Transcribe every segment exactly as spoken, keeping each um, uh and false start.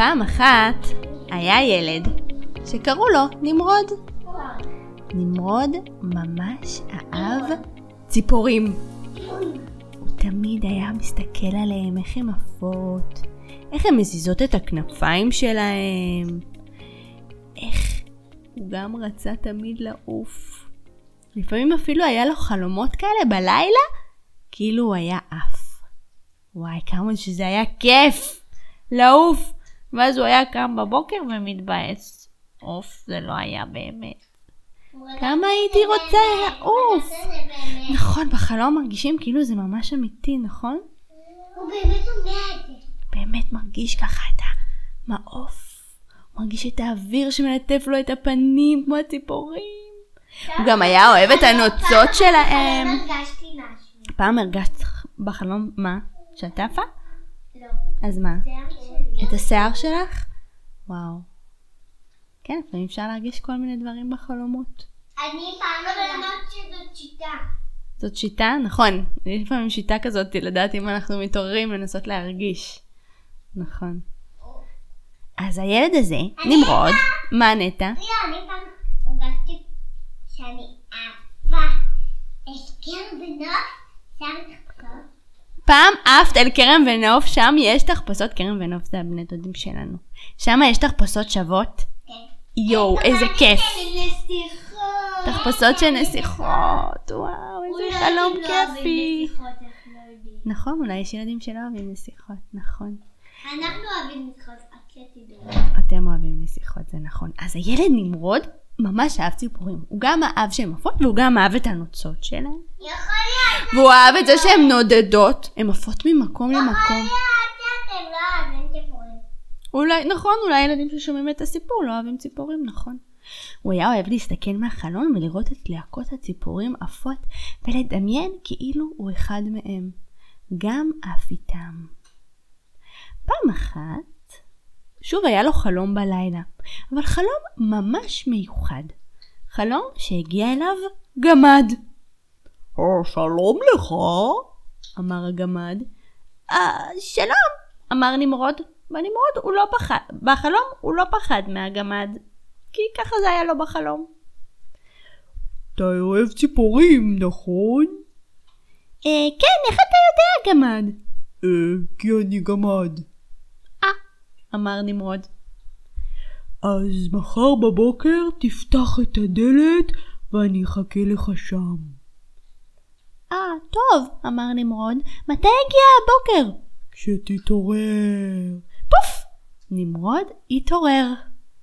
פעם אחת היה ילד שקראו לו נמרוד. נמרוד ממש אהב ציפורים. הוא תמיד היה מסתכל עליהם, איך הם עפות, איך הם מזיזות את הכנפיים שלהם, איך הוא גם רצה תמיד לעוף. לפעמים אפילו היה לו חלומות כאלה בלילה, כאילו הוא היה עף. וואי, כמה שזה היה כיף לעוף. ואז הוא היה קם בבוקר ומתבאס. אוף, זה לא היה באמת. כמה הייתי רוצה לעוף. נכון, בחלום מרגישים כאילו זה ממש אמיתי, נכון? הוא באמת אומר את זה. באמת מרגיש ככה את המעוף. הוא מרגיש את האוויר שמלטף לו את הפנים כמו הציפורים. הוא גם היה אוהב את הנוצות שלהם. פעם הרגשתי משהו. פעם הרגשת בחלום מה? שאת עפה? לא. אז מה? שיער שלי. את השיער שלך? וואו. כן, לפעמים אפשר להרגיש כל מיני דברים בחלומות. אני פעם אבל אמרת שזאת שיטה. זאת שיטה? נכון. יש לפעמים שיטה כזאת לדעת אם אנחנו מתעוררים לנסות להרגיש. נכון. אז הילד הזה, נמרוד, מה נטע? לא, אני פעם הרגשתי שאני אהבה את קרן ונוף, שם תחפשות. פעם עפת אל כרם ונוף, שם יש תחפושות, כרם ונוף זה הבני דודים שלנו. שם יש תחפושות שוות. כן. יואו, איזה כיף. נסיכות. תחפושות של נסיכות. וואו, איזה חלום כיפי. נכון, אולי יש ילדים שלא אוהבים נסיכות, נכון. אנחנו אוהבים נסיכות, את שתדעו. אתם אוהבים נסיכות, זה נכון. אז הילד נמרוד ממש אהב ציפורים. הוא גם אהב שהן עפות והוא גם אהב את הנוצות שלהם. יכול להיות. והוא אהב את זה שהן נודדות. הן עפות ממקום למקום. יכול להיות שאתם לא אוהבים ציפורים. אולי, נכון, אולי ילדים ששומעים את הסיפור לא אוהבים ציפורים, נכון. הוא היה אוהב להסתכל מהחלון ולראות את להקות הציפורים עפות ולדמיין כאילו הוא אחד מהם. גם עף איתם. פעם אחת, שוב היה לו חלום בלילה, אבל חלום ממש מיוחד. חלום שהגיע אליו גמד. שלום לך, אמר הגמד. שלום, אמר נמרוד. ונמרוד הוא לא פחד, בחלום הוא לא פחד מהגמד, כי ככה זה היה לו בחלום. אתה אוהב ציפורים, נכון? אה, כן, איך אתה יודע גמד? אה, כי אני גמד. אה, אמר נמרוד. אז מחר בבוקר תפתח את הדלת ואני אחכה לך שם. אה, טוב, אמר נמרוד. מתי הגיע הבוקר? כשתתעורר. פוף! נמרוד התעורר.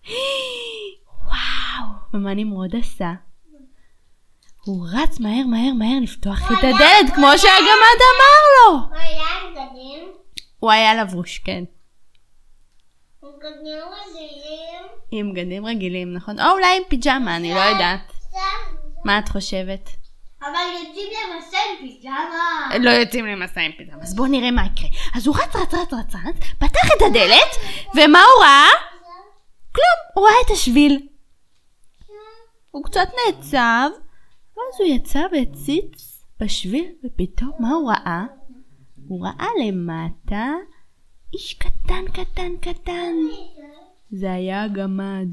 וואו, ומה נמרוד עשה? הוא רץ מהר מהר מהר לפתוח את הדלת כמו שהגמד אמר לו. הוא היה עם בגדים? הוא היה לבוש, כן. עם בגדים רגילים? עם בגדים רגילים, נכון? או אולי עם פיג'מה, אני לא יודעת. מה את חושבת? אבל יוצאים למסע עם פיג'מה. לא יוצאים למסע עם פיג'מה, אז בואו נראה מה יקרה. אז הוא רץ רץ רץ רץ רץ, פתח את הדלת, ומה הוא ראה? כלום, הוא ראה את השביל. הוא קצת נעצב, ואז הוא יצא והציץ בשביל, ופתאום מה הוא ראה? הוא ראה למטה איש קטן קטן קטן. זה היה גמד.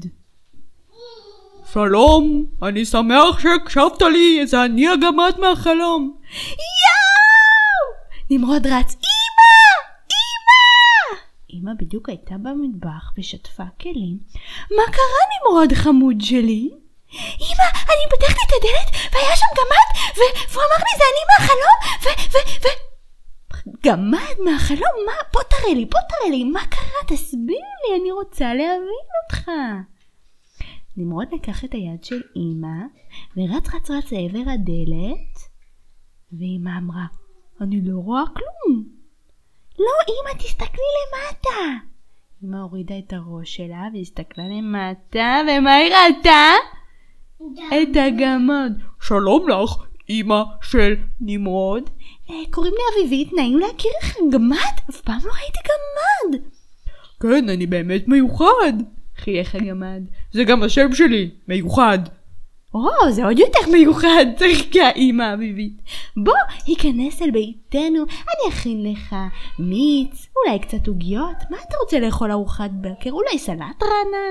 שלום, אני שמח שהקשבת לי, זה אני הגמד מהחלום. יאו! נמרוד רץ, אמא! אמא! אמא בדיוק הייתה במטבח ושטפה כלים. מה קרה נמרוד חמוד שלי? אמא, אני פתחתי את הדלת והיה שם גמד והוא אמר לי זה אני מהחלום ו... ו... ו... גמד מהחלום? מה? בוא תראה לי, בוא תראה לי, מה קרה? תסביר לי, אני רוצה להבין אותך. נמרוד לקח את היד של אמא ורץ רץ רץ לעבר הדלת, ואמא אמרה, אני לא רואה כלום. לא, אמא, תסתכלי למטה. אמא הורידה את הראש שלה והסתכלה למטה, ומה היא ראתה? את הגמד. שלום לך, אמא של נמרוד. אה, קוראים לי אביבית, נעים להכיר לך גמד? אף פעם לא ראיתי גמד. כן, אני באמת מיוחד, חייך הגמד. זה גם השם שלי, מיוחד. או, זה עוד יותר מיוחד, צחקה אמא אביבית. בוא, היכנס אל ביתנו, אני אכין לך מיץ, אולי קצת עוגיות. מה אתה רוצה לאכול ארוחת בוקר? אולי סלט רענן?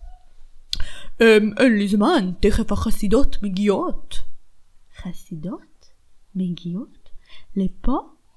אין לי זמן, תכף החסידות מגיעות. חסידות? מגיעות? לפה?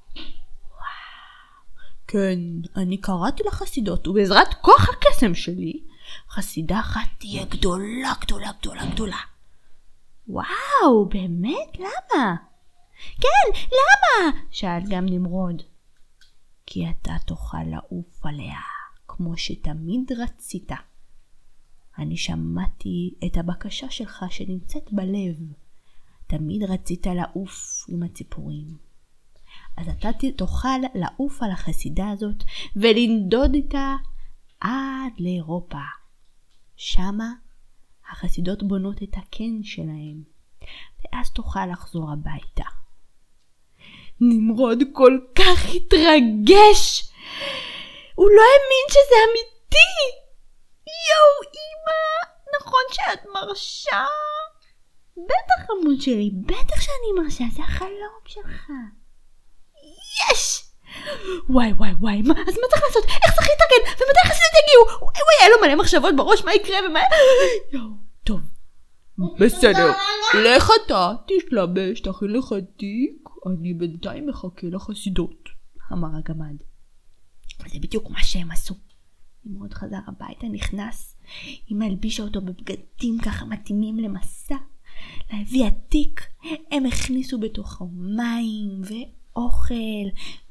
כן, אני קראתי לחסידות, ובעזרת כוח הקסם שלי, חסידה אחת תהיה גדולה, גדולה, גדולה, גדולה. וואו, באמת? למה? כן, למה? שאל גם נמרוד. כי אתה תוכל לעוף עליה, כמו שתמיד רצית. אני שמעתי את הבקשה שלך שנמצאת בלב. תמיד רצית לעוף עם הציפורים. אז אתה תוכל לעוף על החסידה הזאת ולנדוד איתה עד לאירופה. שמה החסידות בונות את הקן שלהם, ואז תוכל לחזור הביתה. נמרוד כל כך התרגש. הוא לא האמין שזה אמיתי. יואו, אמא, נכון שאת מרשה? בטח עמוד שלי, בטח שאני מרשה, זה החלום שלך. יש! וואי וואי וואי, מה, אז מה צריך לעשות? איך צריך להתארגן? ומתי החסידות יגיעו? וואי וואי, היה לו מלא מחשבות בראש, מה יקרה ומה... יואו, טוב. בסדר, לך אתה, תשלבש, תכין לך תיק, אני בינתיים מחכה לחסידות, אמר הגמד. זה בדיוק מה שהם עשו. נמרוד חזר הביתה, נכנס, אמא הלבישה אותו בבגדים ככה מתאימים למסע. להביא התיק, הם הכניסו בתוכו מים ואוכל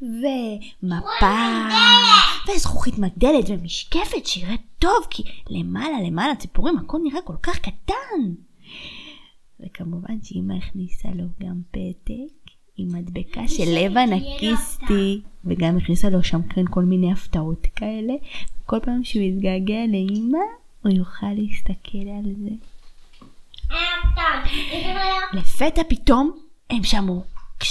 ומפה וזכוכית מגדלת ומשקפת שיראה טוב, כי למעלה למעלה ציפורים הכל נראה כל כך קטן. וכמובן שאמא הכניסה לו גם פתק עם מדבקה של לב אנקיסטי, וגם הכניסה לו שם כאן כל מיני הפתעות כאלה. כל פעם שהוא יתגעגע לאמא הוא יוכל להסתכל על זה. לפתע פתאום הם שמעו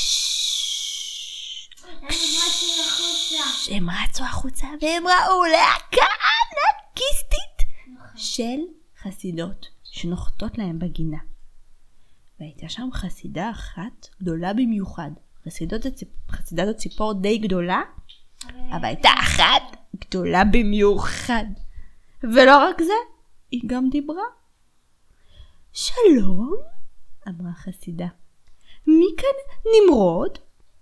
הם רצו החוצה והם ראו להקה אנקיסטית של חסידות שנוחתות להם בגינה. והייתה שם חסידה אחת גדולה במיוחד. חסידת הציפור די גדולה, אבל הייתה אחת גדולה במיוחד. ולא רק זה, היא גם דיברה. שלום, אמרה חסידה. מי כאן נמרוד?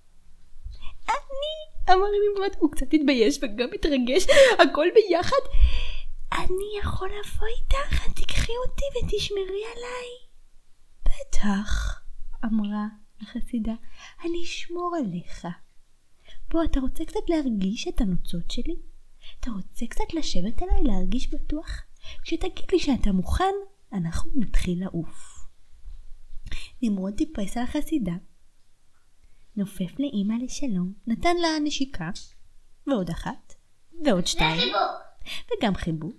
אני, אמר נמרוד, הוא קצת התבייש וגם התרגש, הכל ביחד. אני יכול לבוא איתך, תקחי אותי ותשמרי עליי. בטח, אמרה החסידה, אני אשמור עליך. בוא, אתה רוצה קצת להרגיש את הנוצות שלי? אתה רוצה קצת לשבת עליי, להרגיש בטוח? כשתגיד לי שאתה מוכן, אנחנו נתחיל לעוף. נמרוד טיפס על החסידה, נופף לאמא לשלום, נתן לה נשיקה, ועוד אחת, ועוד שתיים, וגם חיבוק.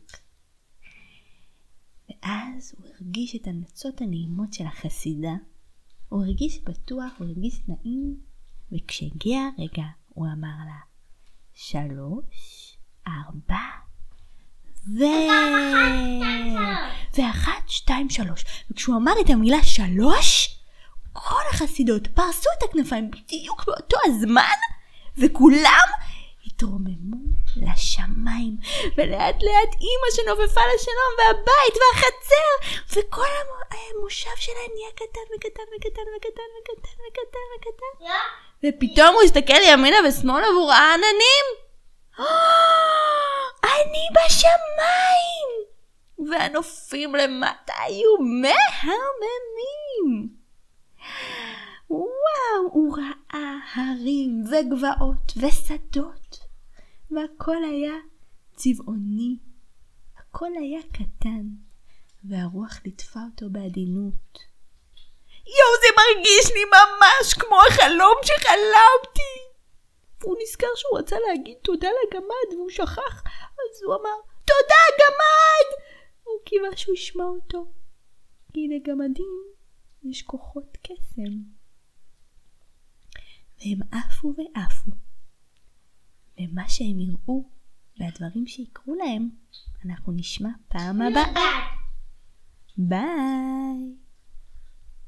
ואז הוא הרגיש את הנוצות הנעימות של החסידה, הוא הרגיש בטוח, הוא הרגיש נעים, וכשהגיע הרגע הוא אמר לה, שלוש, ארבע, ו... ואחת, שתיים, שלוש. וכשהוא אמר את המילה שלוש, כל החסידות פרסו את הכנפיים בדיוק באותו הזמן, וכולם התרוממו לשמיים, ולאט לאט אמא שנופפה לשלום, והבית והחצר, וכל המושב שלהם נהיה קטן וקטן וקטן וקטן וקטן וקטן וקטן. ופתאום הוא הסתכל ימינה ושמאלה והוא ראה עננים. אני בשמיים! והנופים למטה היו מהממים. וואו, הוא ראה הרים וגבעות ושדות, והכל היה צבעוני, הכל היה קטן, והרוח ליטפה אותו בעדינות. יואו, זה מרגיש לי ממש כמו החלום שחלמתי. והוא נזכר שהוא רצה להגיד תודה לגמד והוא שכח, אז הוא אמר תודה גמד. הוא קיווה שהוא ישמע אותו, כי לגמדים יש כוחות קסם. והם עפו ועפו, ומה שהם יראו והדברים שיקרו להם אנחנו נשמע פעם הבאה. ביי.